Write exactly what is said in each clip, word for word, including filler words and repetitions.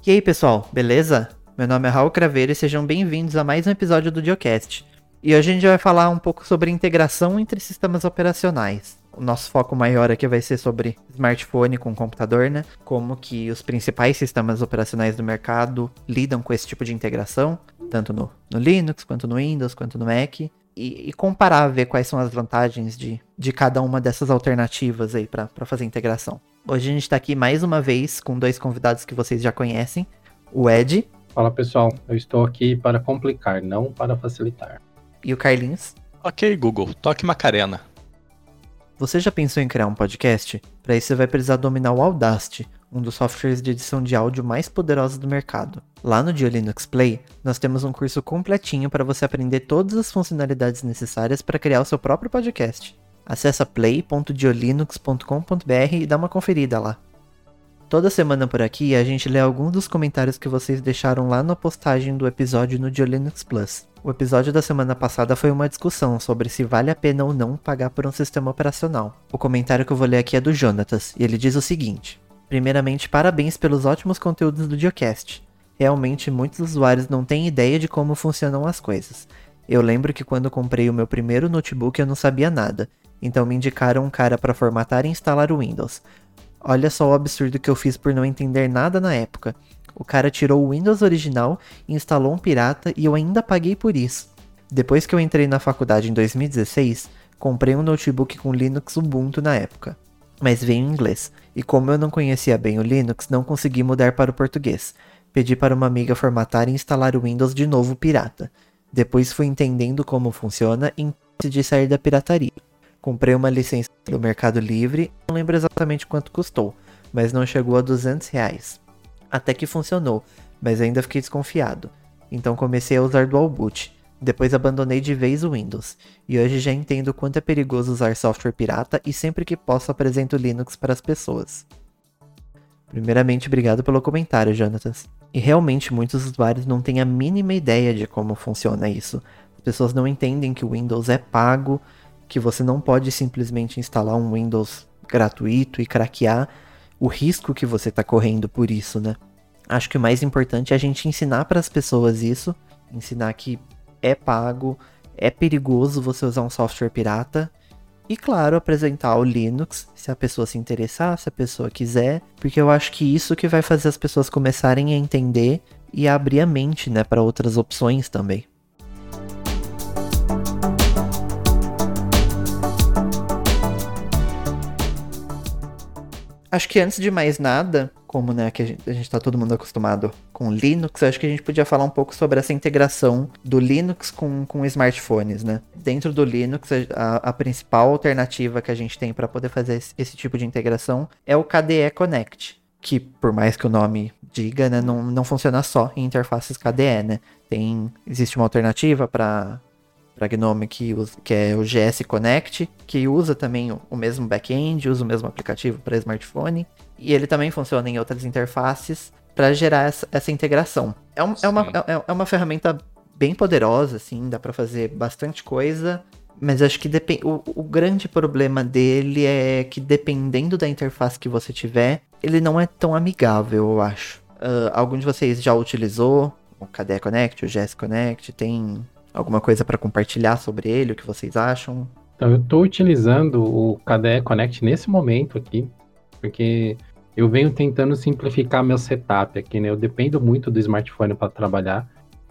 E aí pessoal, beleza? Meu nome é Raul Craveiro e sejam bem-vindos a mais um episódio do Diocast. E hoje a gente vai falar um pouco sobre integração entre sistemas operacionais. O nosso foco maior aqui vai ser sobre smartphone com computador, né? Como que os principais sistemas operacionais do mercado lidam com esse tipo de integração, tanto no, no Linux, quanto no Windows, quanto no Mac. E, e comparar, ver quais são as vantagens de, de cada uma dessas alternativas aí para fazer integração. Hoje a gente está aqui mais uma vez com dois convidados que vocês já conhecem, o Ed. Fala pessoal, eu estou aqui para complicar, não para facilitar. E o Carlinhos. Ok, Google, toque Macarena. Você já pensou em criar um podcast? Para isso você vai precisar dominar o Audacity, um dos softwares de edição de áudio mais poderosos do mercado. Lá no DioLinux Play, nós temos um curso completinho para você aprender todas as funcionalidades necessárias para criar o seu próprio podcast. Acesse play ponto diolinux ponto com ponto b r e dá uma conferida lá. Toda semana por aqui a gente lê alguns dos comentários que vocês deixaram lá na postagem do episódio no DioLinux Plus. O episódio da semana passada foi uma discussão sobre se vale a pena ou não pagar por um sistema operacional. O comentário que eu vou ler aqui é do Jonatas, e ele diz o seguinte: primeiramente, parabéns pelos ótimos conteúdos do Diocast. Realmente, muitos usuários não têm ideia de como funcionam as coisas. Eu lembro que quando comprei o meu primeiro notebook eu não sabia nada, então me indicaram um cara para formatar e instalar o Windows. Olha só o absurdo que eu fiz por não entender nada na época. O cara tirou o Windows original, instalou um pirata e eu ainda paguei por isso. Depois que eu entrei na faculdade em dois mil e dezesseis, comprei um notebook com Linux Ubuntu na época, mas veio em inglês. E como eu não conhecia bem o Linux, não consegui mudar para o português. Pedi para uma amiga formatar e instalar o Windows de novo pirata. Depois fui entendendo como funciona e decidi sair da pirataria. Comprei uma licença do Mercado Livre, não lembro exatamente quanto custou, mas não chegou a duzentos reais. Até que funcionou, mas ainda fiquei desconfiado. Então comecei a usar Dual Boot. Depois abandonei de vez o Windows. E hoje já entendo o quanto é perigoso usar software pirata e sempre que posso apresento o Linux para as pessoas. Primeiramente, obrigado pelo comentário, Jonatas. E realmente muitos usuários não têm a mínima ideia de como funciona isso. As pessoas não entendem que o Windows é pago, que você não pode simplesmente instalar um Windows gratuito e craquear o risco que você está correndo por isso, né? Acho que o mais importante é a gente ensinar para as pessoas isso, ensinar que é pago, é perigoso você usar um software pirata e, claro, apresentar o Linux, se a pessoa se interessar, se a pessoa quiser, porque eu acho que isso que vai fazer as pessoas começarem a entender e a abrir a mente, né, para outras opções também. Acho que antes de mais nada, como né, que a gente, a gente tá todo mundo acostumado com Linux, acho que a gente podia falar um pouco sobre essa integração do Linux com, com smartphones, né? Dentro do Linux, a, a principal alternativa que a gente tem para poder fazer esse, esse tipo de integração é o K D E Connect, que por mais que o nome diga, né, não, não funciona só em interfaces K D E, né? Tem, existe uma alternativa para para Gnome que, usa, que é o G S Connect, que usa também o, o mesmo back-end, usa o mesmo aplicativo para smartphone, e ele também funciona em outras interfaces para gerar essa, essa integração. É, um, é, uma, é, é uma ferramenta bem poderosa, assim, dá para fazer bastante coisa, mas acho que depend... o, o grande problema dele é que dependendo da interface que você tiver, ele não é tão amigável, eu acho. Uh, algum de vocês já utilizou o K D E Connect, o G S Connect, tem alguma coisa para compartilhar sobre ele, o que vocês acham? Então, eu estou utilizando o K D E Connect nesse momento aqui, porque eu venho tentando simplificar meu setup aqui, né? Eu dependo muito do smartphone para trabalhar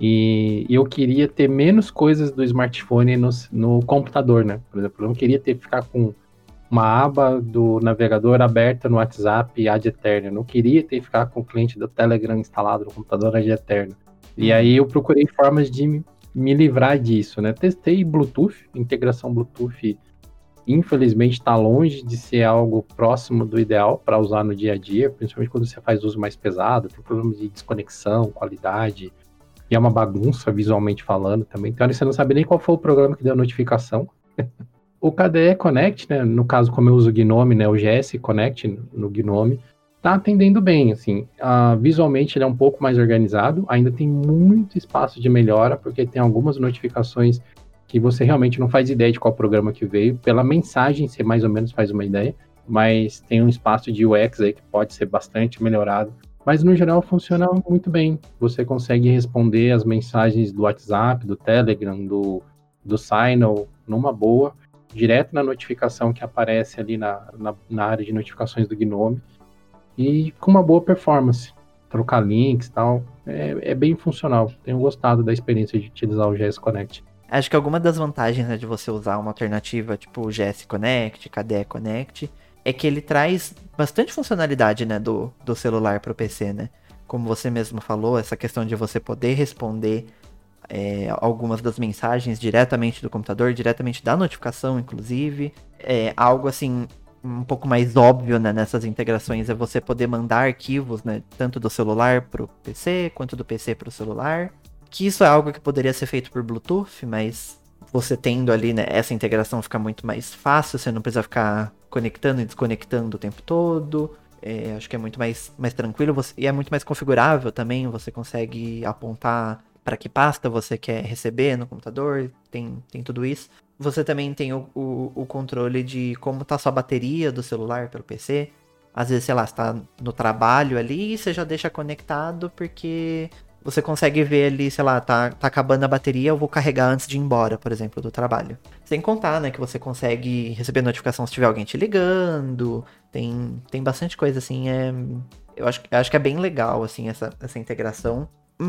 e eu queria ter menos coisas do smartphone no, no computador, né? Por exemplo, eu não queria ter que ficar com uma aba do navegador aberta no WhatsApp ad eternum. Eu não queria ter que ficar com o cliente do Telegram instalado no computador ad eternum. E aí eu procurei formas de me livrar disso, né? Testei Bluetooth, integração Bluetooth, infelizmente está longe de ser algo próximo do ideal para usar no dia a dia, principalmente quando você faz uso mais pesado, tem problemas de desconexão, qualidade, e é uma bagunça visualmente falando também. Então você não sabe nem qual foi o programa que deu a notificação. O K D E Connect, né, no caso como eu uso o Gnome, né, o G S Connect no Gnome, tá atendendo bem, assim, uh, visualmente ele é um pouco mais organizado, ainda tem muito espaço de melhora, porque tem algumas notificações que você realmente não faz ideia de qual programa que veio, pela mensagem você mais ou menos faz uma ideia, mas tem um espaço de U X aí que pode ser bastante melhorado Mas no geral funciona muito bem. Você consegue responder as mensagens do WhatsApp, do Telegram, do, do Signal numa boa, direto na notificação que aparece ali na, na, na área de notificações do Gnome, e com uma boa performance. Trocar links e tal, é, é bem funcional. Tenho gostado da experiência de utilizar o G S Connect. Acho que alguma das vantagens, né, de você usar uma alternativa tipo o G S Connect, K D E Connect, é que ele traz bastante funcionalidade, né, do, do celular para o P C, né? Como você mesmo falou, essa questão de você poder responder é, algumas das mensagens diretamente do computador, diretamente da notificação, inclusive. É algo assim, um pouco mais óbvio, né, nessas integrações, é você poder mandar arquivos, né, tanto do celular para o P C, quanto do P C para o celular. Que isso é algo que poderia ser feito por Bluetooth, mas você tendo ali, né, essa integração fica muito mais fácil, você não precisa ficar conectando e desconectando o tempo todo. É, acho que é muito mais, mais tranquilo você, e é muito mais configurável também, você consegue apontar para que pasta você quer receber no computador, tem, tem tudo isso. Você também tem o, o, o controle de como está a sua bateria do celular pelo P C. Às vezes, sei lá, você está no trabalho ali e você já deixa conectado porque você consegue ver ali, sei lá, tá, tá acabando a bateria, eu vou carregar antes de ir embora, por exemplo, do trabalho. Sem contar, né, que você consegue receber notificação se tiver alguém te ligando, tem, tem bastante coisa, assim, é, eu, acho, eu acho que é bem legal, assim, essa, essa integração,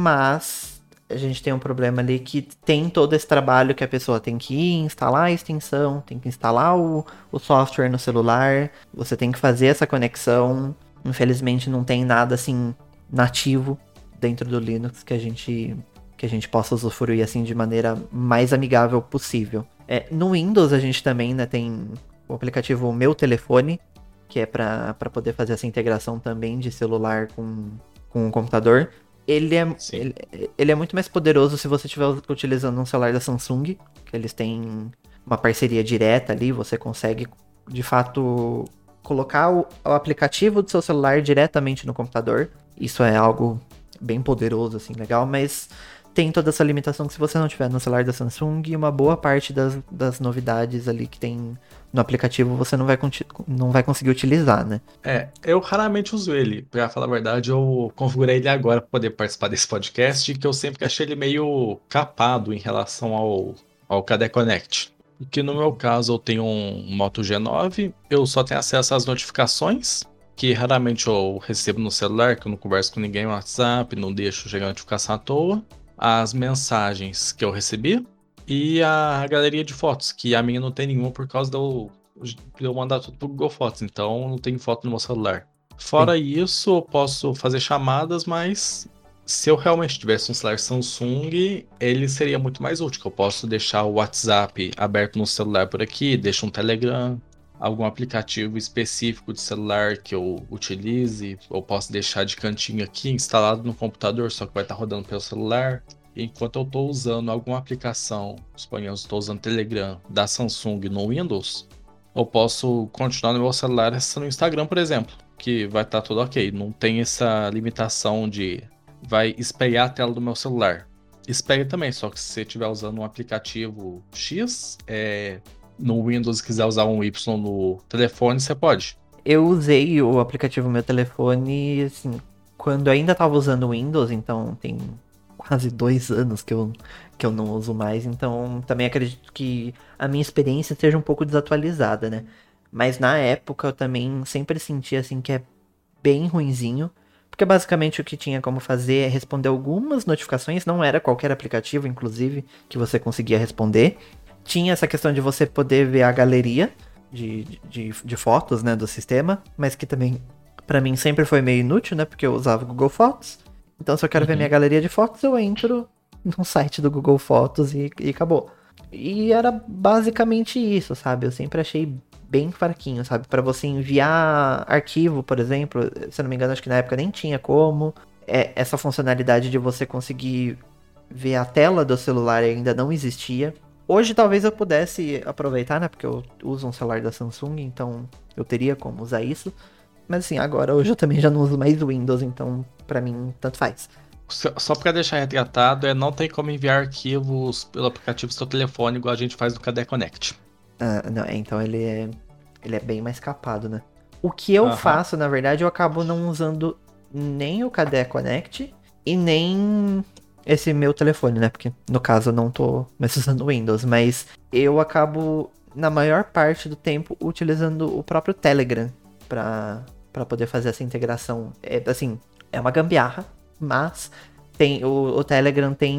mas a gente tem um problema ali que tem todo esse trabalho que a pessoa tem que ir instalar a extensão, tem que instalar o, o software no celular, você tem que fazer essa conexão, infelizmente não tem nada, assim, nativo dentro do Linux que a gente que a gente possa usufruir assim de maneira mais amigável possível. É, no Windows a gente também, né, tem o aplicativo Meu Telefone, que é para poder fazer essa integração também de celular com, com o computador. Ele é, ele, ele é muito mais poderoso se você estiver utilizando um celular da Samsung, que eles têm uma parceria direta ali, você consegue de fato colocar o, o aplicativo do seu celular diretamente no computador. Isso é algo bem poderoso, assim, legal, mas tem toda essa limitação que se você não tiver no celular da Samsung, uma boa parte das, das novidades ali que tem no aplicativo você não vai, não vai conseguir utilizar, né? É, eu raramente uso ele, pra falar a verdade, eu configurei ele agora pra poder participar desse podcast, que eu sempre achei ele meio capado em relação ao, ao K D E Connect. E que no meu caso eu tenho um Moto G nove, eu só tenho acesso às notificações, que raramente eu recebo no celular, que eu não converso com ninguém no WhatsApp, não deixo chegar notificação à toa, as mensagens que eu recebi e a galeria de fotos, que a minha não tem nenhuma por causa de eu, de eu mandar tudo pro Google Fotos, então não tem foto no meu celular. Fora Sim. isso, eu posso fazer chamadas, mas se eu realmente tivesse um celular Samsung, ele seria muito mais útil, que eu posso deixar o WhatsApp aberto no celular por aqui, deixo um Telegram, algum aplicativo específico de celular que eu utilize, eu posso deixar de cantinho aqui instalado no computador, só que vai estar rodando pelo celular. Enquanto eu estou usando alguma aplicação, suponhamos que estou usando Telegram da Samsung no Windows, eu posso continuar no meu celular acessando o Instagram, por exemplo, que vai estar tudo ok. Não tem essa limitação de vai espelhar a tela do meu celular. Espelha também, só que se você estiver usando um aplicativo X, é... no Windows, quiser usar um Y no telefone, você pode. Eu usei o aplicativo Meu Telefone, assim, quando eu ainda estava usando o Windows, então tem quase dois anos que eu, que eu não uso mais, então também acredito que a minha experiência esteja um pouco desatualizada, né? Mas na época eu também sempre senti, assim, que é bem ruinzinho, porque basicamente o que tinha como fazer é responder algumas notificações, não era qualquer aplicativo, inclusive, que você conseguia responder. Tinha essa questão de você poder ver a galeria de, de, de fotos, né, do sistema, mas que também, pra mim, sempre foi meio inútil, né, porque eu usava o Google Fotos. Então, se eu quero uhum. ver minha galeria de fotos, eu entro no site do Google Fotos e, e acabou. E era basicamente isso, sabe? Eu sempre achei bem fraquinho, sabe? Pra você enviar arquivo, por exemplo, se eu não me engano, acho que na época nem tinha como. É, essa funcionalidade de você conseguir ver a tela do celular ainda não existia. Hoje talvez eu pudesse aproveitar, né, porque eu uso um celular da Samsung, então eu teria como usar isso. Mas assim, agora hoje eu também já não uso mais o Windows, então pra mim tanto faz. Só pra deixar retratado, é não tem como enviar arquivos pelo aplicativo do seu telefone, igual a gente faz no K D E Connect. Ah, não, então ele é, ele é bem mais capado, né? O que eu uh-huh. faço, na verdade, eu acabo não usando nem o K D E Connect e nem esse meu telefone, né? Porque no caso eu não tô mais usando o Windows, mas eu acabo, na maior parte do tempo, utilizando o próprio Telegram pra, pra poder fazer essa integração. É, assim, é uma gambiarra, mas tem, o, o Telegram tem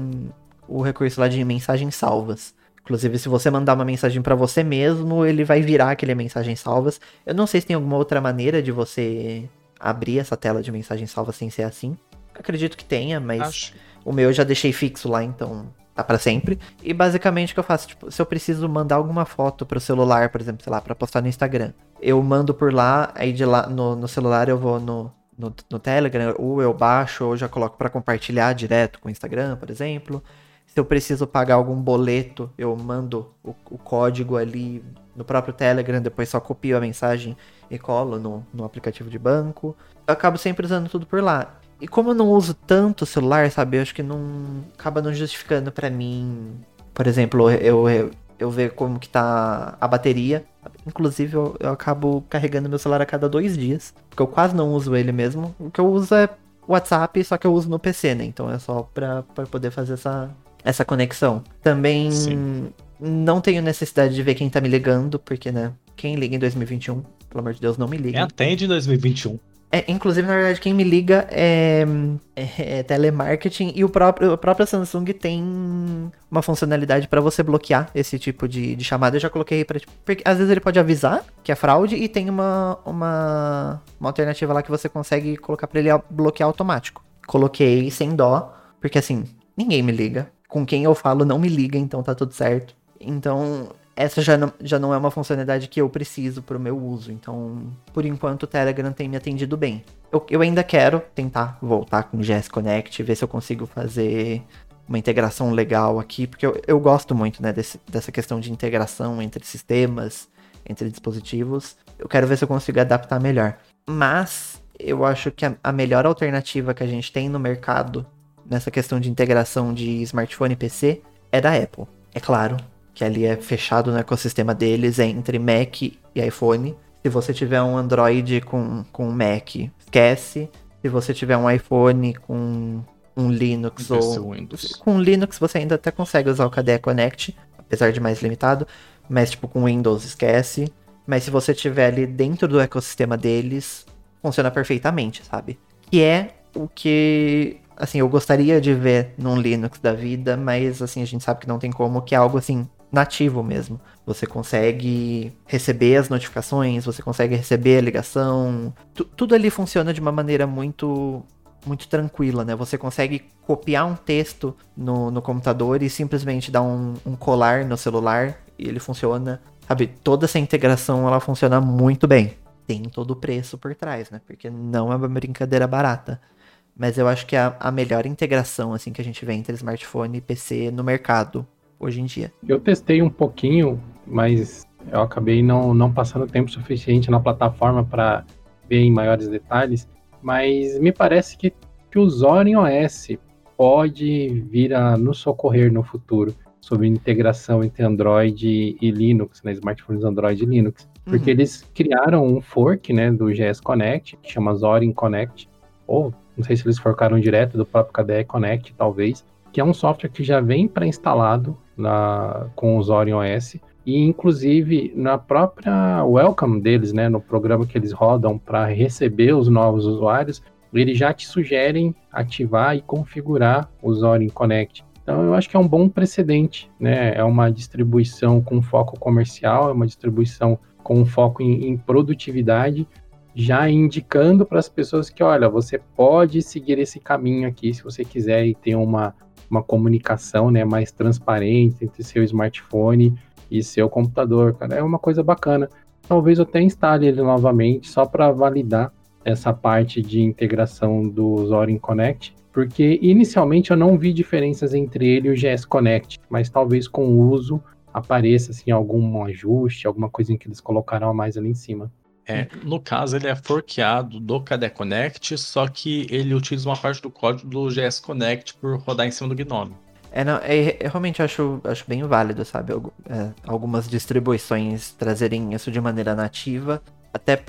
o recurso lá de mensagens salvas. Inclusive, se você mandar uma mensagem pra você mesmo, ele vai virar aquele mensagens salvas. Eu não sei se tem alguma outra maneira de você abrir essa tela de mensagens salvas sem ser assim. Acredito que tenha, mas Acho. o meu eu já deixei fixo lá, então tá pra sempre. E basicamente o que eu faço, tipo, se eu preciso mandar alguma foto pro celular, por exemplo, sei lá, pra postar no Instagram, eu mando por lá, aí de lá no, no celular eu vou no, no, no Telegram, ou eu baixo, ou já coloco pra compartilhar direto com o Instagram, por exemplo. Se eu preciso pagar algum boleto, eu mando o, o código ali no próprio Telegram, depois só copio a mensagem e colo no, no aplicativo de banco. Eu acabo sempre usando tudo por lá. E como eu não uso tanto o celular, sabe, eu acho que não acaba não justificando pra mim. Por exemplo, eu, eu, eu ver como que tá a bateria. Inclusive, eu, eu acabo carregando meu celular a cada dois dias, porque eu quase não uso ele mesmo. O que eu uso é WhatsApp, só que eu uso no P C, né? Então é só pra, pra poder fazer essa, essa conexão. Também Sim. não tenho necessidade de ver quem tá me ligando, porque, né, quem liga em dois mil e vinte e um, pelo amor de Deus, não me liga. Quem atende em dois mil e vinte e um. É, inclusive, na verdade, quem me liga é, é, é telemarketing, e o próprio, a própria Samsung tem uma funcionalidade pra você bloquear esse tipo de, de chamada. Eu já coloquei pra... Porque às vezes ele pode avisar que é fraude, e tem uma, uma, uma alternativa lá que você consegue colocar pra ele bloquear automático. Coloquei sem dó, porque assim, ninguém me liga. Com quem eu falo não me liga, então tá tudo certo. Então... essa já não, já não é uma funcionalidade que eu preciso pro meu uso. Então, por enquanto, o Telegram tem me atendido bem. Eu, eu ainda quero tentar voltar com o G S Connect, ver se eu consigo fazer uma integração legal aqui, porque eu, eu gosto muito, né, desse, dessa questão de integração entre sistemas, entre dispositivos. Eu quero ver se eu consigo adaptar melhor. Mas, eu acho que a, a melhor alternativa que a gente tem no mercado, nessa questão de integração de smartphone e P C, é da Apple. É claro que ali é fechado no ecossistema deles, é entre Mac e iPhone. Se você tiver um Android com, com Mac, esquece. Se você tiver um iPhone com um Linux ou... Windows. Com Linux você ainda até consegue usar o K D E Connect, apesar de mais limitado. Mas tipo, com Windows, esquece. Mas se você tiver ali dentro do ecossistema deles, funciona perfeitamente, sabe? Que é o que... assim, eu gostaria de ver num Linux da vida, mas assim, a gente sabe que não tem como, que é algo assim, nativo mesmo. Você consegue receber as notificações, você consegue receber a ligação. Tu, tudo ali funciona de uma maneira muito, muito tranquila, né? Você consegue copiar um texto no, no computador e simplesmente dar um, um colar no celular e ele funciona. Sabe, toda essa integração, ela funciona muito bem. Tem todo o preço por trás, né? Porque não é uma brincadeira barata. Mas eu acho que é a, a melhor integração assim que a gente vê entre smartphone e P C no mercado hoje em dia. Eu testei um pouquinho, mas eu acabei não, não passando tempo suficiente na plataforma para ver em maiores detalhes. Mas me parece que, que o Zorin O S pode vir a nos socorrer no futuro sobre integração entre Android e Linux, né, smartphones Android e Linux. Porque uhum. eles criaram um fork, né, do G S Connect, que chama Zorin Connect, ou não sei se eles forcaram direto do próprio K D E Connect, talvez, que é um software que já vem pré-instalado na, com o Zorin O S, e inclusive na própria welcome deles, né, no programa que eles rodam para receber os novos usuários, eles já te sugerem ativar e configurar o Zorin Connect. Então eu acho que é um bom precedente, né? É uma distribuição com foco comercial, é uma distribuição com foco em, em produtividade, já indicando para as pessoas que, olha, você pode seguir esse caminho aqui se você quiser e ter uma, uma comunicação, né, mais transparente entre seu smartphone e seu computador, cara. É uma coisa bacana. Talvez eu até instale ele novamente só para validar essa parte de integração do Zorin Connect, porque inicialmente eu não vi diferenças entre ele e o G S Connect, mas talvez com o uso apareça assim, algum ajuste, alguma coisa em que eles colocaram a mais ali em cima. É, no caso, ele é forqueado do K D E Connect, só que ele utiliza uma parte do código do G S Connect por rodar em cima do Gnome. É, não, é, eu realmente acho, acho bem válido, sabe? É, algumas distribuições trazerem isso de maneira nativa, até por,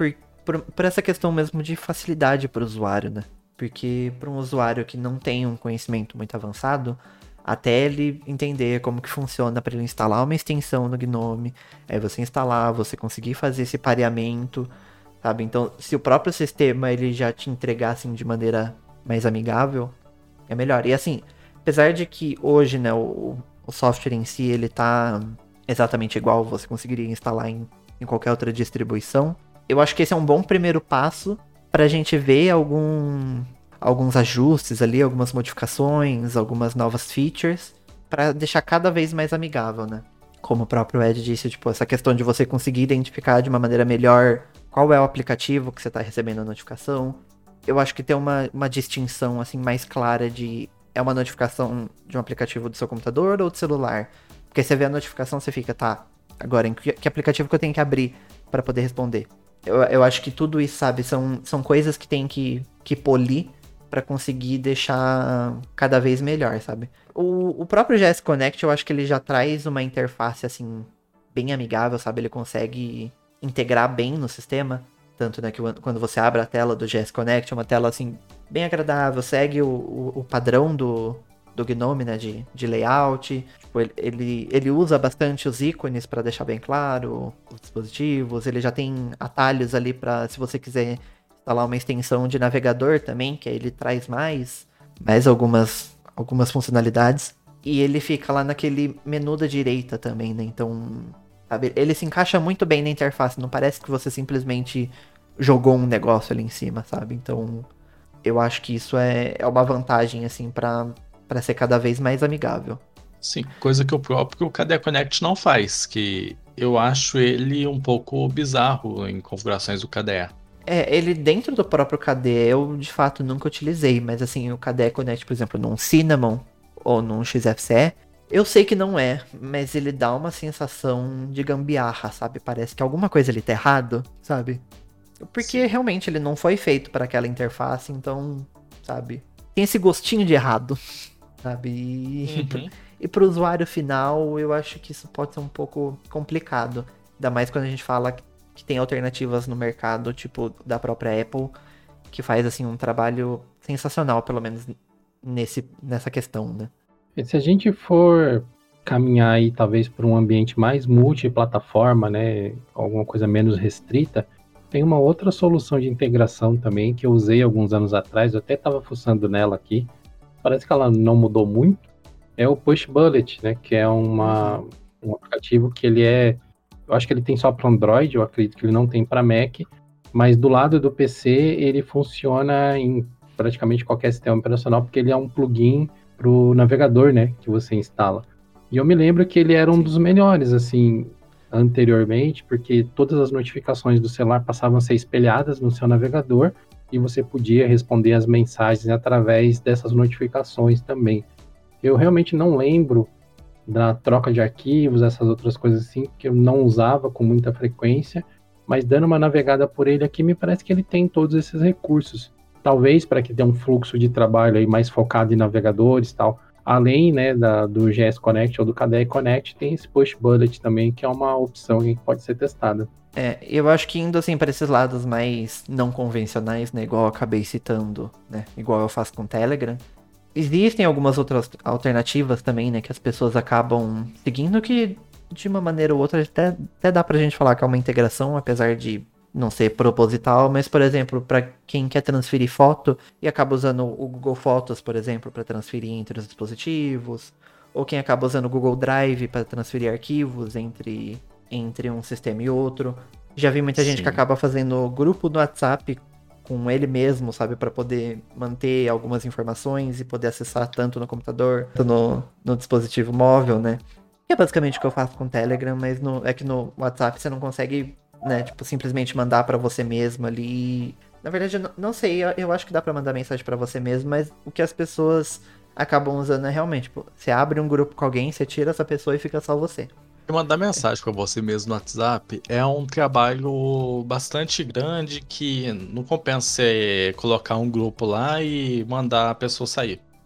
por, por essa questão mesmo de facilidade para o usuário, né? Porque para um usuário que não tem um conhecimento muito avançado, até ele entender como que funciona para ele instalar uma extensão no Gnome, aí você instalar, você conseguir fazer esse pareamento, sabe? Então, se o próprio sistema ele já te entregar assim de maneira mais amigável, é melhor. E assim, apesar de que hoje, né, o, o software em si ele tá exatamente igual, você conseguiria instalar em, em qualquer outra distribuição, eu acho que esse é um bom primeiro passo pra gente ver algum, alguns ajustes ali, algumas modificações, algumas novas features, pra deixar cada vez mais amigável, né? Como o próprio Ed disse, tipo, essa questão de você conseguir identificar de uma maneira melhor qual é o aplicativo que você tá recebendo a notificação. Eu acho que tem uma, uma distinção, assim, mais clara de... É uma notificação de um aplicativo do seu computador ou do celular? Porque você vê a notificação, você fica, tá, agora em que, que aplicativo que eu tenho que abrir pra poder responder? Eu, eu acho que tudo isso, sabe, são, são coisas que tem que, que polir pra conseguir deixar cada vez melhor, sabe? O, o próprio G S Connect, eu acho que ele já traz uma interface, assim, bem amigável, sabe? Ele consegue integrar bem no sistema. Tanto, né, que quando você abre a tela do G S Connect, é uma tela, assim, bem agradável, segue o, o, o padrão do, do Gnome, né, de, de layout. Tipo, ele, ele, ele usa bastante os ícones para deixar bem claro os dispositivos. Ele já tem atalhos ali para, se você quiser instalar uma extensão de navegador também, que aí ele traz mais, mais algumas, algumas funcionalidades. E ele fica lá naquele menu da direita também, né, então... Sabe? Ele se encaixa muito bem na interface, não parece que você simplesmente jogou um negócio ali em cima, sabe? Então, eu acho que isso é, é uma vantagem, assim, pra, pra ser cada vez mais amigável. Sim, coisa que o próprio K D E Connect não faz, que eu acho ele um pouco bizarro em configurações do K D E. É, ele dentro do próprio K D E eu, de fato, nunca utilizei, mas, assim, o K D E Connect, por exemplo, num Cinnamon ou num X F C E, eu sei que não é, mas ele dá uma sensação de gambiarra, sabe? Parece que alguma coisa ali tá errado, sabe? Porque Sim. realmente ele não foi feito para aquela interface, então, sabe? Tem esse gostinho de errado, sabe? E, uhum. e pro usuário final, eu acho que isso pode ser um pouco complicado. Ainda mais quando a gente fala que tem alternativas no mercado, tipo da própria Apple, que faz, assim, um trabalho sensacional, pelo menos nesse, nessa questão, né? Se a gente for caminhar aí talvez para um ambiente mais multiplataforma, né, alguma coisa menos restrita, tem uma outra solução de integração também que eu usei alguns anos atrás, eu até estava fuçando nela aqui, parece que ela não mudou muito, é o Push Bullet, né, que é uma, uhum. um aplicativo que ele é, eu acho que ele tem só para Android, eu acredito que ele não tem para Mac, mas do lado do P C ele funciona em praticamente qualquer sistema operacional, porque ele é um plugin pro navegador, né, que você instala. E eu me lembro que ele era um dos melhores, assim, anteriormente, porque todas as notificações do celular passavam a ser espelhadas no seu navegador e você podia responder as mensagens através dessas notificações também. Eu realmente não lembro da troca de arquivos, essas outras coisas assim, que eu não usava com muita frequência, mas dando uma navegada por ele aqui, me parece que ele tem todos esses recursos. Talvez para que dê um fluxo de trabalho aí mais focado em navegadores e tal. Além, né, da, do G S Connect ou do K D E Connect, tem esse Push Bullet também, que é uma opção que pode ser testada. É, eu acho que indo assim para esses lados mais não convencionais, né, igual eu acabei citando, né, igual eu faço com o Telegram, existem algumas outras alternativas também, né, que as pessoas acabam seguindo que de uma maneira ou outra até, até dá pra gente falar que é uma integração, apesar de não ser proposital, mas, por exemplo, para quem quer transferir foto e acaba usando o Google Fotos, por exemplo, para transferir entre os dispositivos, ou quem acaba usando o Google Drive para transferir arquivos entre, entre um sistema e outro. Já vi muita Sim. gente que acaba fazendo grupo no WhatsApp com ele mesmo, sabe, para poder manter algumas informações e poder acessar tanto no computador, quanto no, no dispositivo móvel, né? Que é basicamente o que eu faço com o Telegram, mas no, é que no WhatsApp você não consegue, né, tipo, simplesmente mandar pra você mesmo ali. Na verdade, eu não, não sei, eu, eu acho que dá pra mandar mensagem pra você mesmo, mas o que as pessoas acabam usando é realmente, tipo, você abre um grupo com alguém, você tira essa pessoa e fica só você. E mandar mensagem pra você mesmo no WhatsApp é um trabalho bastante grande que não compensa você colocar um grupo lá e mandar a pessoa sair.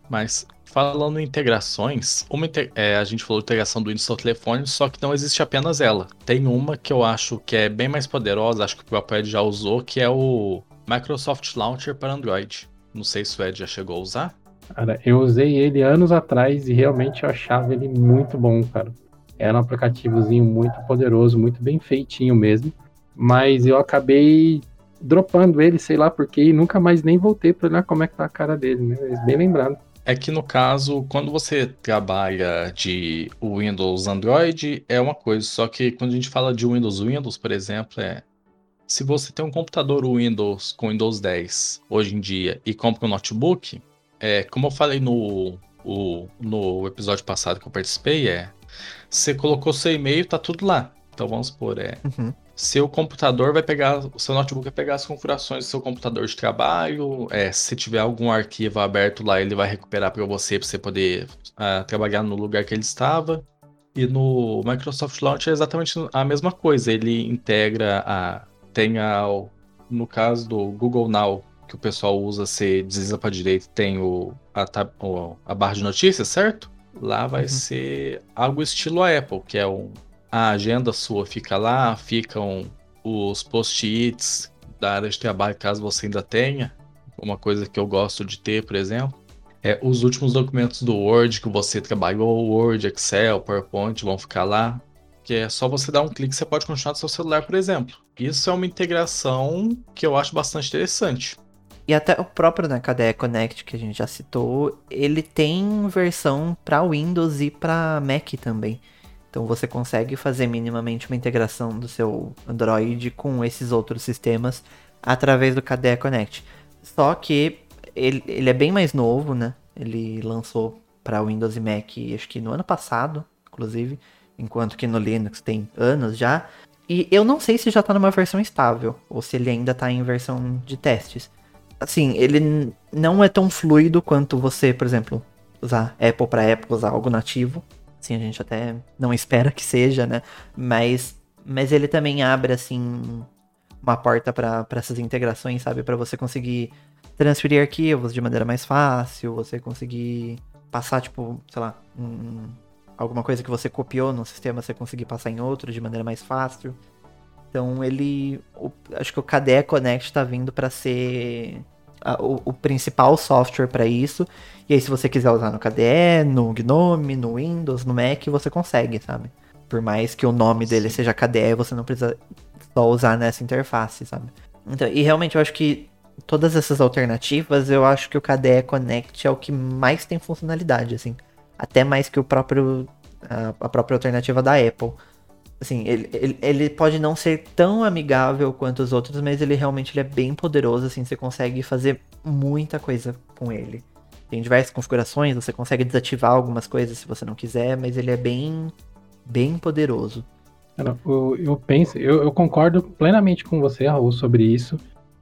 Mas falando em integrações, uma inte- é, a gente falou de integração do Windows no telefone, só que não existe apenas ela. Tem uma que eu acho que é bem mais poderosa, acho que o próprio Ed já usou, que é o Microsoft Launcher para Android. Não sei se o Ed já chegou a usar. Cara, eu usei ele anos atrás e realmente eu achava ele muito bom, cara. Era um aplicativozinho muito poderoso, muito bem feitinho mesmo. Mas eu acabei dropando ele, sei lá porquê, e nunca mais nem voltei pra olhar como é que tá a cara dele, né? Mas bem lembrado. É que no caso, quando você trabalha de Windows Android, é uma coisa. Só que quando a gente fala de Windows Windows, por exemplo, é se você tem um computador Windows com Windows dez hoje em dia e compra um notebook, é, como eu falei no, o, no episódio passado que eu participei, é você colocou seu e-mail, tá tudo lá. Então vamos supor, é Uhum. seu computador vai pegar, o seu notebook vai pegar as configurações do seu computador de trabalho. É, se tiver algum arquivo aberto lá, ele vai recuperar para você, para você poder ah, trabalhar no lugar que ele estava. E no Microsoft Launcher é exatamente a mesma coisa. Ele integra a. Tem a. No caso do Google Now, que o pessoal usa, você desliza para direita, tem o, a, tab- o- a barra de notícias, certo? Lá vai Uhum. ser algo estilo a Apple, que é um. A agenda sua fica lá, ficam os post-its da área de trabalho, caso você ainda tenha. Uma coisa que eu gosto de ter, por exemplo. É, os últimos documentos do Word que você trabalhou, Word, Excel, PowerPoint, vão ficar lá. Que é só você dar um clique, você pode continuar no seu celular, por exemplo. Isso é uma integração que eu acho bastante interessante. E até o próprio, né, K D E Connect, que a gente já citou, ele tem versão para Windows e para Mac também. Então você consegue fazer minimamente uma integração do seu Android com esses outros sistemas através do K D E Connect. Só que ele, ele é bem mais novo, né? Ele lançou para Windows e Mac, acho que no ano passado, inclusive, enquanto que no Linux tem anos já. E eu não sei se já tá numa versão estável, ou se ele ainda tá em versão de testes. Assim, ele n- não é tão fluido quanto você, por exemplo, usar Apple para Apple, usar algo nativo. Assim, a gente até não espera que seja, né? Mas, mas ele também abre, assim, uma porta para essas integrações, sabe? Para você conseguir transferir arquivos de maneira mais fácil, você conseguir passar, tipo, sei lá, um, alguma coisa que você copiou num sistema, você conseguir passar em outro de maneira mais fácil. Então ele, o- acho que o K D E Connect tá vindo para ser a- o, o principal software para isso. E aí se você quiser usar no K D E, no Gnome, no Windows, no Mac, você consegue, sabe? Por mais que o nome dele Sim. seja K D E, você não precisa só usar nessa interface, sabe? Então, e realmente eu acho que todas essas alternativas, eu acho que o K D E Connect é o que mais tem funcionalidade, assim. Até mais que o próprio a, a própria alternativa da Apple. Assim, ele, ele, ele pode não ser tão amigável quanto os outros, mas ele realmente ele é bem poderoso, assim, você consegue fazer muita coisa com ele. Tem diversas configurações, você consegue desativar algumas coisas se você não quiser, mas ele é bem, bem poderoso. Cara, eu, eu penso, eu, eu concordo plenamente com você, Raul, sobre isso.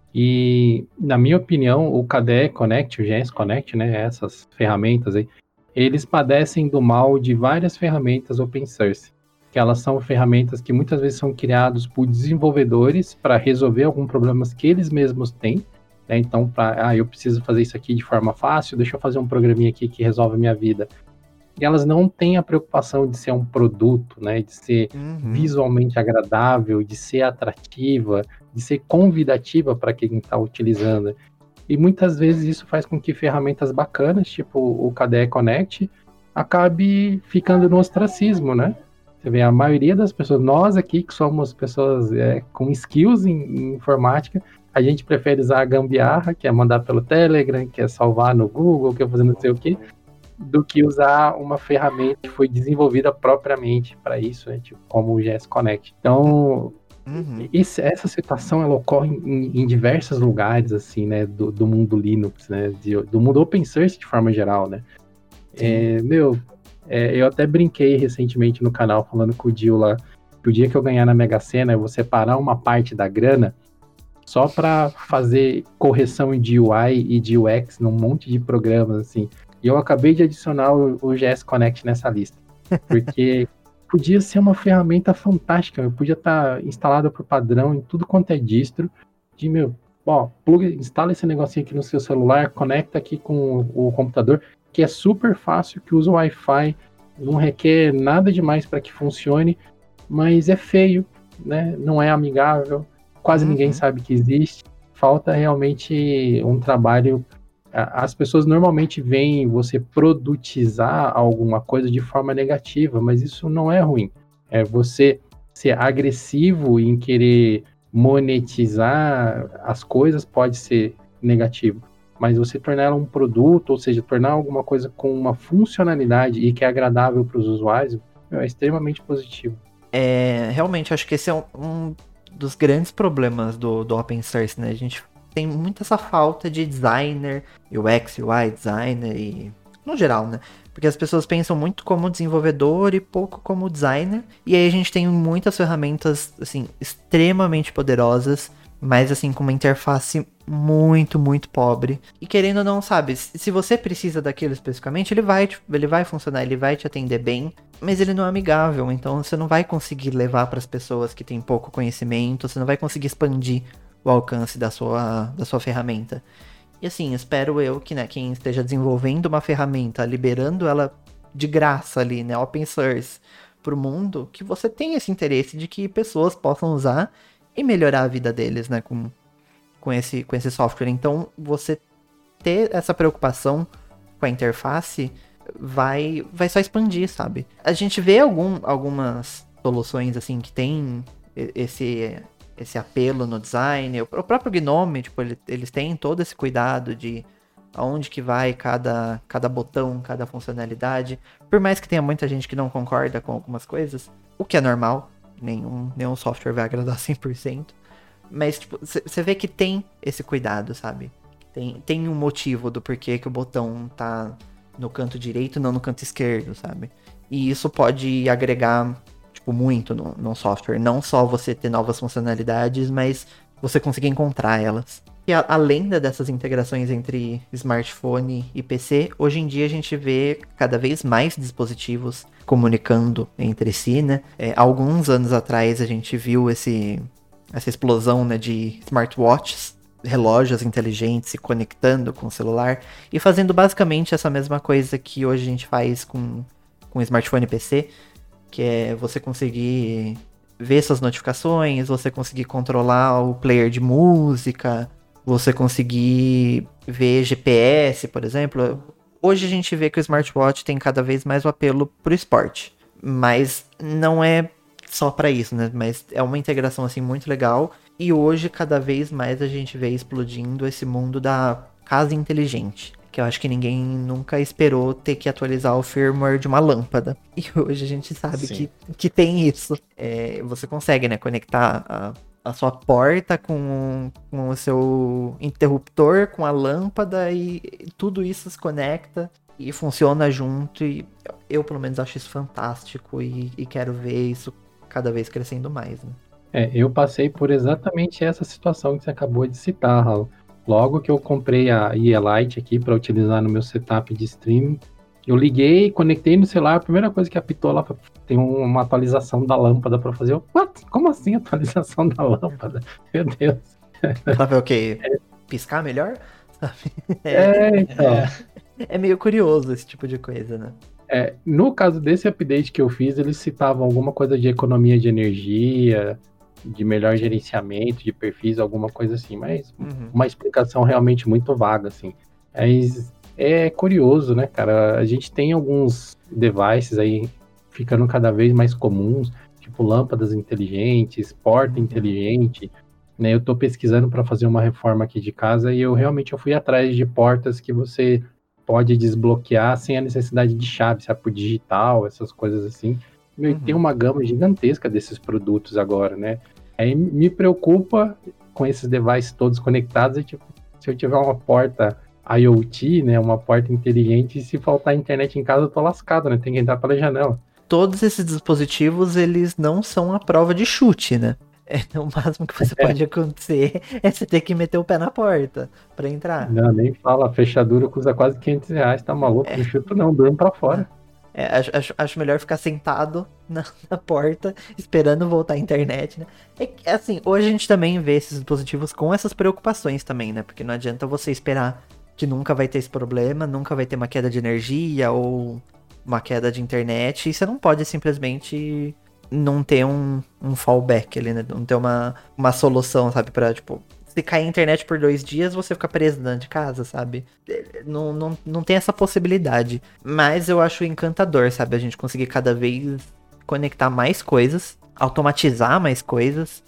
E, na minha opinião, o K D E Connect, o G S Connect, né, essas ferramentas aí, eles padecem do mal de várias ferramentas open source, que elas são ferramentas que muitas vezes são criadas por desenvolvedores para resolver alguns problemas que eles mesmos têm, né? Então, pra, ah, eu preciso fazer isso aqui de forma fácil, deixa eu fazer um programinha aqui que resolve a minha vida. E elas não têm a preocupação de ser um produto, né, de ser Uhum. visualmente agradável, de ser atrativa, de ser convidativa para quem está utilizando. E muitas vezes isso faz com que ferramentas bacanas, tipo o K D E Connect, acabe ficando no ostracismo, né? Você vê, a maioria das pessoas, nós aqui que somos pessoas é, com skills em, em informática, a gente prefere usar a gambiarra, que é mandar pelo Telegram, que é salvar no Google, que é fazer não sei o quê, do que usar uma ferramenta que foi desenvolvida propriamente para isso, né, tipo, como o G S Connect. Então, Uhum. esse, essa situação ela ocorre em, em diversos lugares, assim, né, do, do mundo Linux, né, de, do mundo open source de forma geral, né. É, meu, é, eu até brinquei recentemente no canal falando com o Dio lá, que o dia que eu ganhar na Mega Sena, eu vou separar uma parte da grana só para fazer correção de U I e de U X num monte de programas, assim. E eu acabei de adicionar o, o G S Connect nessa lista, porque podia ser uma ferramenta fantástica, eu podia estar instalada por padrão em tudo quanto é distro, de, meu, ó, pluga, instala esse negocinho aqui no seu celular, conecta aqui com o, o computador, que é super fácil, que usa o Wi-Fi, não requer nada demais para que funcione, mas é feio, né? Não é amigável, quase Uhum. ninguém sabe que existe. Falta realmente um trabalho. As pessoas normalmente veem você produtizar alguma coisa de forma negativa, mas isso não é ruim. É você ser agressivo em querer monetizar as coisas pode ser negativo, mas você tornar ela um produto, ou seja, tornar alguma coisa com uma funcionalidade e que é agradável para os usuários, é extremamente positivo. É, realmente, acho que esse é um, um dos grandes problemas do, do open source, né? A gente tem muito essa falta de designer, U X, U I designer e no geral, né? Porque as pessoas pensam muito como desenvolvedor e pouco como designer. E aí a gente tem muitas ferramentas, assim, extremamente poderosas, mas assim, com uma interface muito, muito pobre. E querendo ou não, sabe, se você precisa daquilo especificamente, ele vai, ele vai funcionar, ele vai te atender bem, mas ele não é amigável, então você não vai conseguir levar para as pessoas que têm pouco conhecimento, você não vai conseguir expandir o alcance da sua, da sua ferramenta. E assim, espero eu que, né, quem esteja desenvolvendo uma ferramenta, liberando ela de graça ali, né, open source, pro mundo, que você tenha esse interesse de que pessoas possam usar e melhorar a vida deles, né, com, com, esse, com esse software. Então, você ter essa preocupação com a interface vai, vai só expandir, sabe? A gente vê algum, algumas soluções, assim, que tem esse... esse apelo no design, o próprio Gnome, tipo, ele, eles têm todo esse cuidado de aonde que vai cada, cada botão, cada funcionalidade, por mais que tenha muita gente que não concorda com algumas coisas, o que é normal, nenhum, nenhum software vai agradar cem por cento, mas, tipo, você vê que tem esse cuidado, sabe? Tem, tem um motivo do porquê que o botão tá no canto direito e não no canto esquerdo, sabe? E isso pode agregar muito no, no software, não só você ter novas funcionalidades, mas você conseguir encontrar elas. E a, além dessas integrações entre smartphone e P C, hoje em dia a gente vê cada vez mais dispositivos comunicando entre si, né? É, alguns anos atrás a gente viu esse, essa explosão, né, de smartwatches, relógios inteligentes se conectando com o celular e fazendo basicamente essa mesma coisa que hoje a gente faz com, com smartphone e P C, que é você conseguir ver suas notificações, você conseguir controlar o player de música, você conseguir ver G P S, por exemplo. Hoje a gente vê que o smartwatch tem cada vez mais o apelo pro esporte, mas não é só para isso, né? Mas é uma integração assim muito legal, e hoje cada vez mais a gente vê explodindo esse mundo da casa inteligente, que eu acho que ninguém nunca esperou ter que atualizar o firmware de uma lâmpada. E hoje a gente sabe que, que tem isso. É, você consegue, né, conectar a, a sua porta com, com o seu interruptor, com a lâmpada, e tudo isso se conecta e funciona junto. E eu, pelo menos, acho isso fantástico e, e quero ver isso cada vez crescendo mais, né? É, eu passei por exatamente essa situação que você acabou de citar, Raul. Logo que eu comprei a I E Lite aqui para utilizar no meu setup de streaming, eu liguei, conectei no celular, a primeira coisa que apitou lá, tem uma atualização da lâmpada para fazer. Eu, What? Como assim atualização da lâmpada? Meu Deus. Ela vai o quê? Piscar melhor? É, é então. É, é meio curioso esse tipo de coisa, né? É, no caso desse update que eu fiz, eles citavam alguma coisa de economia de energia, de melhor gerenciamento de perfis, alguma coisa assim, mas uhum. uma explicação realmente muito vaga, assim. Mas é curioso, né, cara? A gente tem alguns devices aí ficando cada vez mais comuns, tipo lâmpadas inteligentes, porta uhum. inteligente, né? Eu tô pesquisando para fazer uma reforma aqui de casa e eu realmente eu fui atrás de portas que você pode desbloquear sem a necessidade de chave, sabe, por digital, essas coisas assim. Meu, uhum. Tem uma gama gigantesca desses produtos agora, né? Aí me preocupa com esses devices todos conectados, e, tipo, se eu tiver uma porta IoT, né, uma porta inteligente, e se faltar internet em casa, eu tô lascado, né? Tem que entrar pela janela. Todos esses dispositivos, eles não são a prova de chute, né? É, o máximo que você é. pode acontecer é você ter que meter o pé na porta pra entrar. Não, nem fala, a fechadura custa quase quinhentos reais, tá maluco? É. Não chuto não, durmo pra fora. É, acho, acho, acho melhor ficar sentado na, na porta, esperando voltar a internet, né? É, assim, hoje a gente também vê esses dispositivos com essas preocupações também, né? Porque não adianta você esperar que nunca vai ter esse problema, nunca vai ter uma queda de energia ou uma queda de internet, e você não pode simplesmente não ter um, um fallback ali, né? Não ter uma, uma solução, sabe? Pra, tipo, se cair a internet por dois dias, você fica preso dentro de casa, sabe? Não, não, não tem essa possibilidade. Mas eu acho encantador, sabe? A gente conseguir cada vez conectar mais coisas, automatizar mais coisas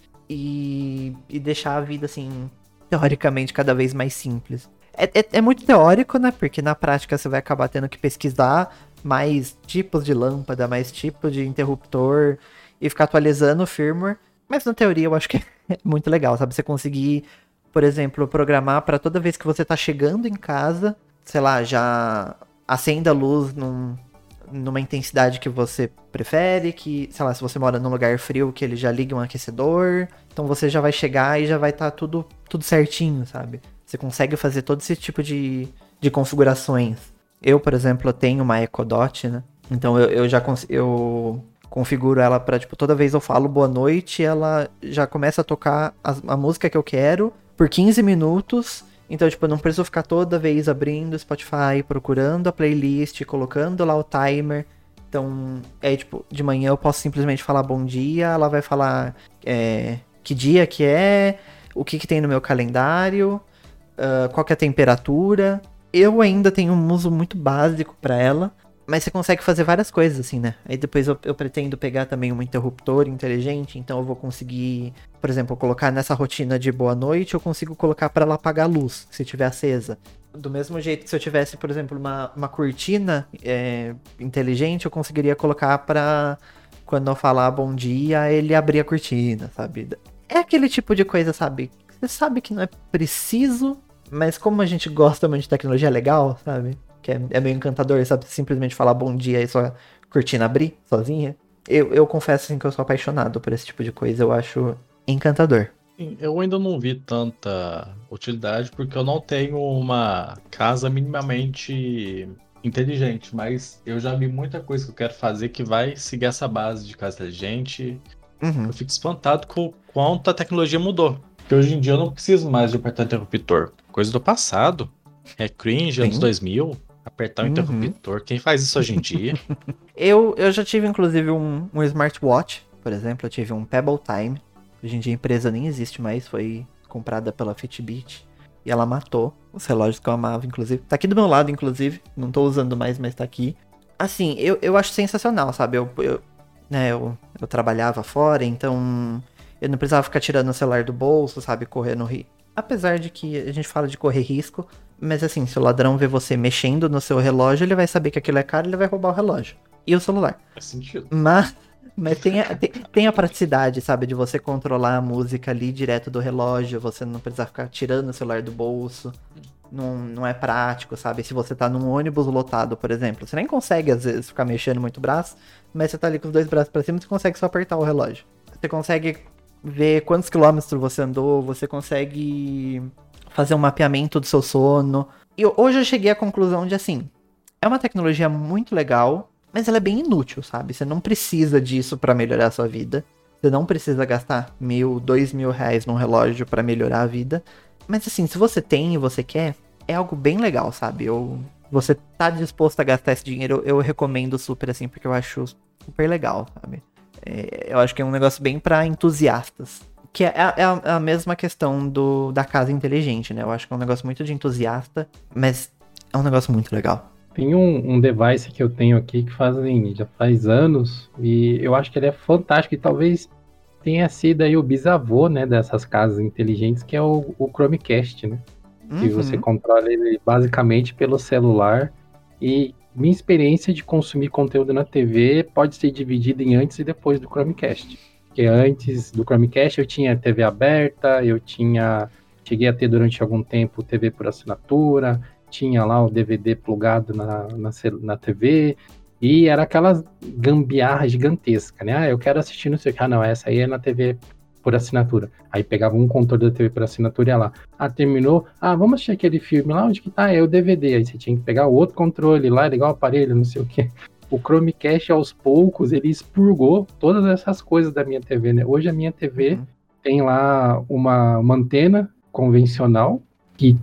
e, e deixar a vida, assim, teoricamente cada vez mais simples. É, é, é muito teórico, né? Porque na prática você vai acabar tendo que pesquisar mais tipos de lâmpada, mais tipos de interruptor e ficar atualizando o firmware. Mas na teoria eu acho que é muito legal, sabe? Você conseguir, por exemplo, programar para toda vez que você tá chegando em casa, sei lá, já acenda a luz num, numa intensidade que você prefere, que, sei lá, se você mora num lugar frio, que ele já ligue um aquecedor. Então você já vai chegar e já vai estar tá tudo, tudo certinho, sabe? Você consegue fazer todo esse tipo de, de configurações. Eu, por exemplo, eu tenho uma Echo Dot, né? Então eu, eu já cons- eu configuro ela pra, tipo, toda vez eu falo boa noite, ela já começa a tocar a, a música que eu quero por quinze minutos. Então, tipo, eu não preciso ficar toda vez abrindo o Spotify, procurando a playlist, colocando lá o timer. Então, é tipo, de manhã eu posso simplesmente falar bom dia, ela vai falar é, que dia que é, o que, que tem no meu calendário, uh, qual que é a temperatura. Eu ainda tenho um uso muito básico pra ela, mas você consegue fazer várias coisas assim, né? Aí depois eu, eu pretendo pegar também um interruptor inteligente, então eu vou conseguir, por exemplo, colocar nessa rotina de boa noite, eu consigo colocar pra ela apagar a luz, se estiver acesa. Do mesmo jeito que se eu tivesse, por exemplo, uma, uma cortina é, inteligente, eu conseguiria colocar pra, quando eu falar bom dia, ele abrir a cortina, sabe? É aquele tipo de coisa, sabe? Você sabe que não é preciso, mas como a gente gosta muito de tecnologia, é legal, sabe? Que é, é meio encantador, sabe? Simplesmente falar bom dia e sua cortina abrir sozinha. Eu, eu confesso assim, que eu sou apaixonado por esse tipo de coisa. Eu acho encantador. Sim, eu ainda não vi tanta utilidade porque eu não tenho uma casa minimamente inteligente, mas eu já vi muita coisa que eu quero fazer que vai seguir essa base de casa inteligente. Uhum. Eu fico espantado com o quanto a tecnologia mudou. Porque hoje em dia eu não preciso mais de apertar interruptor. Coisa do passado. É cringe, anos Sim. dois mil. Apertar o Uhum. interruptor. Quem faz isso hoje em dia? Eu, eu já tive, inclusive, um, um smartwatch, por exemplo. Eu tive um Pebble Time. Hoje em dia a empresa nem existe mais. Foi comprada pela Fitbit. E ela matou os relógios que eu amava, inclusive. Tá aqui do meu lado, inclusive. Não tô usando mais, mas tá aqui. Assim, eu, eu acho sensacional, sabe? Eu, eu, né, eu, eu trabalhava fora, então eu não precisava ficar tirando o celular do bolso, sabe? Correndo risco. Apesar de que a gente fala de correr risco, mas assim, se o ladrão vê você mexendo no seu relógio, ele vai saber que aquilo é caro e ele vai roubar o relógio. E o celular. Faz sentido. Mas, mas tem, a, tem, tem a praticidade, sabe? De você controlar a música ali direto do relógio, você não precisar ficar tirando o celular do bolso. Não, não é prático, sabe? Se você tá num ônibus lotado, por exemplo, você nem consegue, às vezes, ficar mexendo muito o braço, mas você tá ali com os dois braços pra cima e você consegue só apertar o relógio. Você consegue ver quantos quilômetros você andou, você consegue fazer um mapeamento do seu sono. E hoje eu cheguei à conclusão de, assim, é uma tecnologia muito legal, mas ela é bem inútil, sabe? Você não precisa disso pra melhorar a sua vida. Você não precisa gastar mil, dois mil reais num relógio pra melhorar a vida. Mas assim, se você tem e você quer, é algo bem legal, sabe? Eu, você tá disposto a gastar esse dinheiro, eu, eu recomendo super, assim, porque eu acho super legal, sabe? É, eu acho que é um negócio bem pra entusiastas. Que é, é, a, é a mesma questão do, da casa inteligente, né? Eu acho que é um negócio muito de entusiasta, mas é um negócio muito legal. Tem um, um device que eu tenho aqui que fazem, já faz anos, e eu acho que ele é fantástico, e talvez tenha sido aí o bisavô, né, dessas casas inteligentes, que é o, o Chromecast, né? Uhum. Que você controla ele basicamente pelo celular. E minha experiência de consumir conteúdo na T V pode ser dividida em antes e depois do Chromecast. Porque antes do Chromecast eu tinha T V aberta, eu tinha... Cheguei a ter durante algum tempo T V por assinatura, tinha lá o D V D plugado na, na, na T V... E era aquela gambiarra gigantesca, né? Ah, eu quero assistir não sei o que. Ah, não, essa aí é na T V por assinatura. Aí pegava um controle da T V por assinatura e ia lá. Ah, terminou. Ah, vamos assistir aquele filme lá, onde que tá? É o D V D. Aí você tinha que pegar o outro controle lá, ligar o aparelho, não sei o que. O Chromecast, aos poucos, ele expurgou todas essas coisas da minha T V, né? Hoje a minha T V uhum. tem lá uma, uma antena convencional que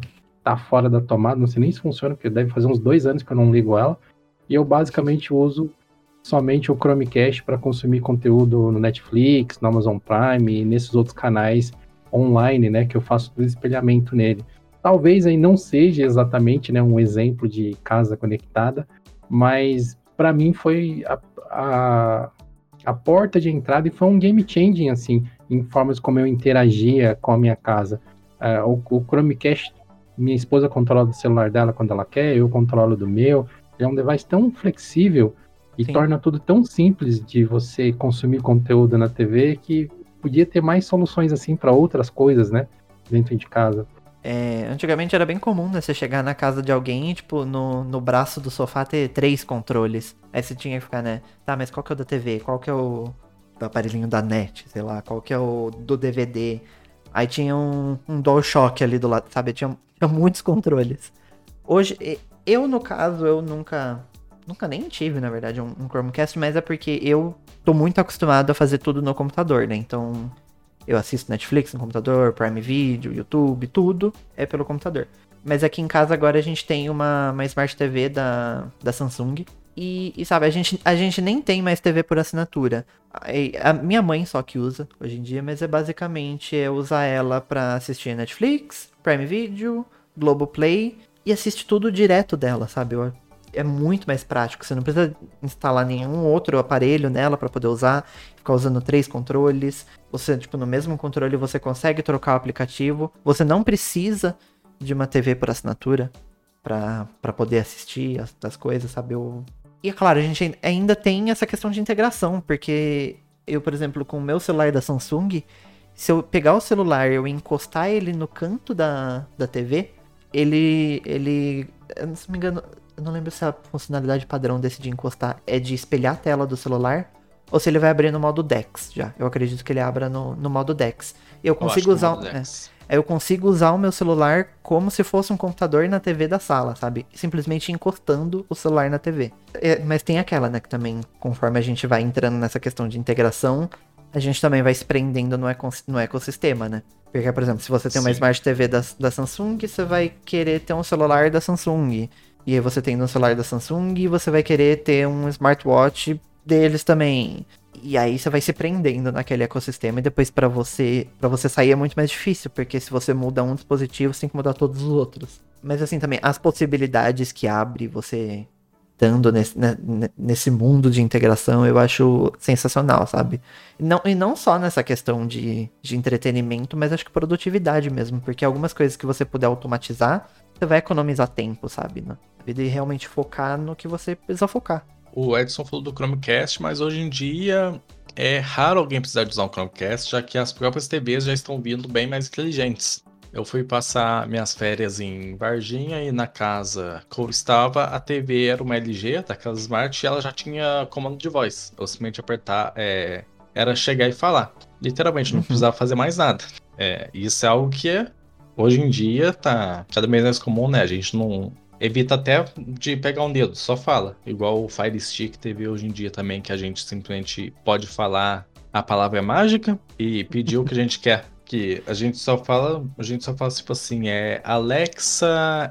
tá fora da tomada, não sei nem se funciona, porque deve fazer uns dois anos que eu não ligo ela. E eu basicamente uso somente o Chromecast para consumir conteúdo no Netflix, no Amazon Prime e nesses outros canais online, né, que eu faço todo espelhamento nele. Talvez aí não seja exatamente, né, um exemplo de casa conectada, mas para mim foi a, a, a porta de entrada e foi um game changing, assim, em formas como eu interagia com a minha casa. Uh, o, o Chromecast, minha esposa controla do celular dela quando ela quer, eu controlo do meu. É um device tão flexível e Sim. torna tudo tão simples de você consumir conteúdo na T V que podia ter mais soluções assim para outras coisas, né, dentro de casa. É, antigamente era bem comum, né, você chegar na casa de alguém e, tipo, no, no braço do sofá ter três controles. Aí você tinha que ficar, né, tá, mas qual que é o da T V? Qual que é o do aparelhinho da net? Sei lá, qual que é o do D V D? Aí tinha um, um DualShock ali do lado, sabe? Tinha, tinha muitos controles. Hoje, eu, no caso, eu nunca... Nunca nem tive, na verdade, um, um Chromecast, mas é porque eu tô muito acostumado a fazer tudo no computador, né? Então, eu assisto Netflix no computador, Prime Video, YouTube, tudo é pelo computador. Mas aqui em casa agora a gente tem uma, uma Smart T V da, da Samsung. E, e sabe, a gente, a gente nem tem mais T V por assinatura. A, a minha mãe só que usa hoje em dia, mas é basicamente é usar ela pra assistir Netflix, Prime Video, Globoplay e assiste tudo direto dela, sabe? Eu, é muito mais prático, você não precisa instalar nenhum outro aparelho nela para poder usar, ficar usando três controles. Você, tipo, no mesmo controle você consegue trocar o aplicativo. Você não precisa de uma T V por assinatura para poder assistir as, as coisas, sabe? Eu... E é claro, a gente ainda tem essa questão de integração, porque eu, por exemplo, com o meu celular da Samsung, se eu pegar o celular e eu encostar ele no canto da, da T V, ele, ele, se não me engano, eu não lembro se a funcionalidade padrão desse de encostar é de espelhar a tela do celular ou se ele vai abrir no modo DeX já. Eu acredito que ele abra no, no modo DeX. Eu consigo eu usar é, eu consigo usar o meu celular como se fosse um computador na T V da sala, sabe? Simplesmente encostando o celular na T V. É, mas tem aquela, né, que também, conforme a gente vai entrando nessa questão de integração, a gente também vai se prendendo no, eco, no ecossistema, né? Porque, por exemplo, se você tem uma Sim. Smart T V da, da Samsung, você vai querer ter um celular da Samsung. E aí você tem no celular da Samsung e você vai querer ter um smartwatch deles também. E aí você vai se prendendo naquele ecossistema e depois pra você, pra você sair é muito mais difícil, porque se você muda um dispositivo, você tem que mudar todos os outros. Mas assim, também, as possibilidades que abre você estando nesse, nesse mundo de integração, eu acho sensacional, sabe? E não, e não só nessa questão de, de entretenimento, mas acho que produtividade mesmo, porque algumas coisas que você puder automatizar, você vai economizar tempo, sabe? Na vida e realmente focar no que você precisa focar. O Edson falou do Chromecast, mas hoje em dia é raro alguém precisar de usar um Chromecast, já que as próprias T Vs já estão vindo bem mais inteligentes. Eu fui passar minhas férias em Varginha e na casa que eu estava, a T V era uma L G, daquela Smart, e ela já tinha comando de voz. Eu simplesmente apertar, é, era chegar e falar. Literalmente, não uhum. precisava fazer mais nada. É, isso é algo que hoje em dia tá cada vez mais comum, né? A gente não... Evita até de pegar um dedo, só fala. Igual o Fire Stick teve hoje em dia também, que a gente simplesmente pode falar a palavra mágica e pedir o que a gente quer. Que a gente só fala, a gente só fala tipo assim, é Alexa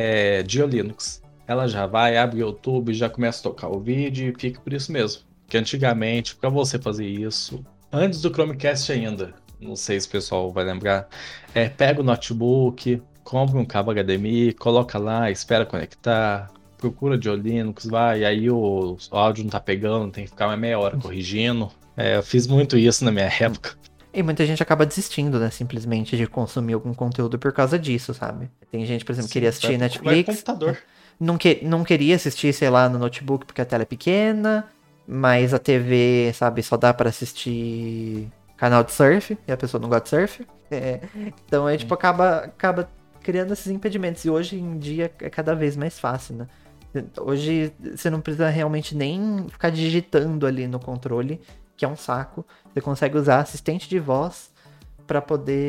é Dio Linux. Ela já vai, abre o YouTube, já começa a tocar o vídeo e fica por isso mesmo. Que antigamente, para você fazer isso, antes do Chromecast ainda, não sei se o pessoal vai lembrar, é, pega o notebook, compra um cabo H D M I, coloca lá, espera conectar, procura Dio Linux, vai, aí o, o áudio não tá pegando, tem que ficar uma meia hora corrigindo. É, eu fiz muito isso na minha época. E muita gente acaba desistindo, né, simplesmente de consumir algum conteúdo por causa disso, sabe? Tem gente, por exemplo, que queria assistir Netflix, computador. Não, que, não queria assistir, sei lá, no notebook porque a tela é pequena, mas a T V, sabe, só dá pra assistir canal de surf, e a pessoa não gosta de surf. É, então, é tipo, acaba, acaba criando esses impedimentos, e hoje em dia é cada vez mais fácil, né? Hoje você não precisa realmente nem ficar digitando ali no controle, que é um saco. Você consegue usar assistente de voz para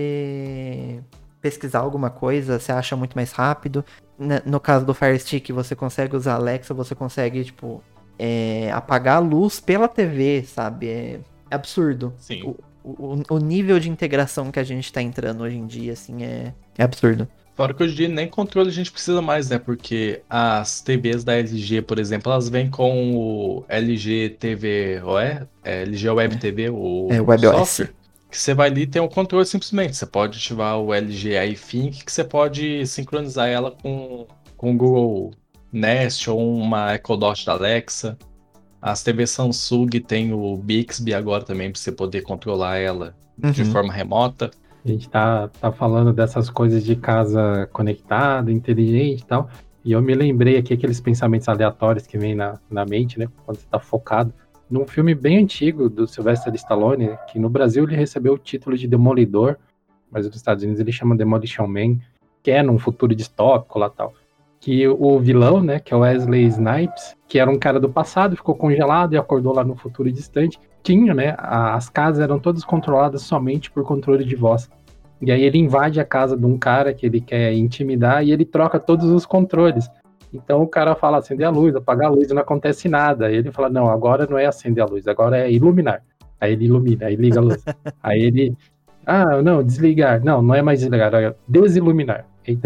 poder pesquisar alguma coisa, você acha muito mais rápido. No caso do Fire Stick, você consegue usar Alexa, você consegue, tipo, é, apagar a luz pela T V, sabe? É absurdo. Sim. O, o, o nível de integração que a gente tá entrando hoje em dia, assim, é, é absurdo. Fora que hoje em dia nem controle a gente precisa mais, né? Porque as T Vs da L G, por exemplo, elas vêm com o L G T V O E, é, L G Web T V, o É, WebOS. software, que você vai ali e tem um controle simplesmente. Você pode ativar o L G iThink, que você pode sincronizar ela com, com o Google Nest ou uma Echo Dot da Alexa. As T Vs Samsung tem o Bixby agora também, para você poder controlar ela de Uhum. forma remota. A gente tá, tá falando dessas coisas de casa conectada, inteligente e tal. E eu me lembrei aqui aqueles pensamentos aleatórios que vem na, na mente, né? Quando você tá focado. Num filme bem antigo do Sylvester Stallone, que no Brasil ele recebeu o título de Demolidor, mas nos Estados Unidos ele chama Demolition Man, que é num futuro distópico lá e tal. Que o vilão, né, que é o Wesley Snipes, que era um cara do passado, ficou congelado e acordou lá no futuro distante, tinha, né, as casas eram todas controladas somente por controle de voz. E aí ele invade a casa de um cara que ele quer intimidar e ele troca todos os controles. Então o cara fala, acender a luz, apagar a luz, e não acontece nada. Aí ele fala, não, agora não é acender a luz, agora é iluminar. Aí ele ilumina, aí liga a luz. Aí ele, ah, não, desligar. Não, não é mais desligar, é desiluminar.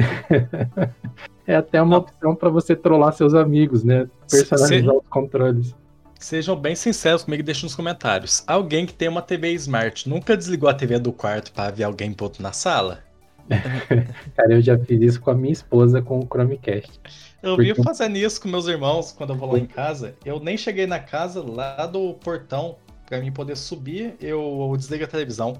É até uma opção para você trollar seus amigos, né? Personalizar Se... os controles. Sejam bem sinceros comigo e deixem nos comentários. Alguém que tem uma T V Smart nunca desligou a T V do quarto para ver alguém ponto na sala? Cara, eu já fiz isso com a minha esposa com o Chromecast. Eu Porque... vi fazendo isso com meus irmãos quando eu vou lá em casa. Eu nem cheguei na casa lá do portão para mim poder subir, eu desligo a televisão.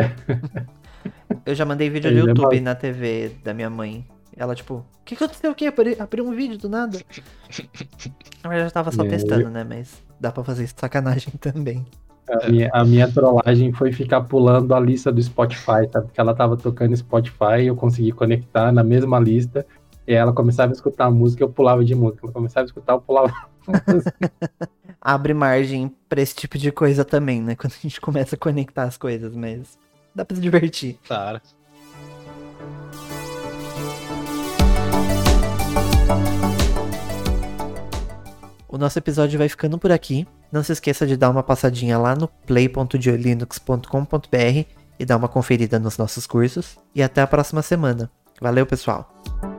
Eu já mandei vídeo do YouTube na T V da minha mãe. Ela, tipo, o que aconteceu? O quê? Abriu um vídeo do nada? Eu já tava só é, testando, eu... né? Mas dá pra fazer isso de sacanagem também. A minha, a minha trollagem foi ficar pulando a lista do Spotify, sabe? Porque ela tava tocando Spotify, eu consegui conectar na mesma lista, e ela começava a escutar a música, eu pulava de música. Ela começava a escutar, eu pulava. Abre margem pra esse tipo de coisa também, né? Quando a gente começa a conectar as coisas, mas dá pra se divertir. Claro. O nosso episódio vai ficando por aqui. Não se esqueça de dar uma passadinha lá no play ponto geolinux ponto com ponto b r e dar uma conferida nos nossos cursos. E até a próxima semana. Valeu, pessoal!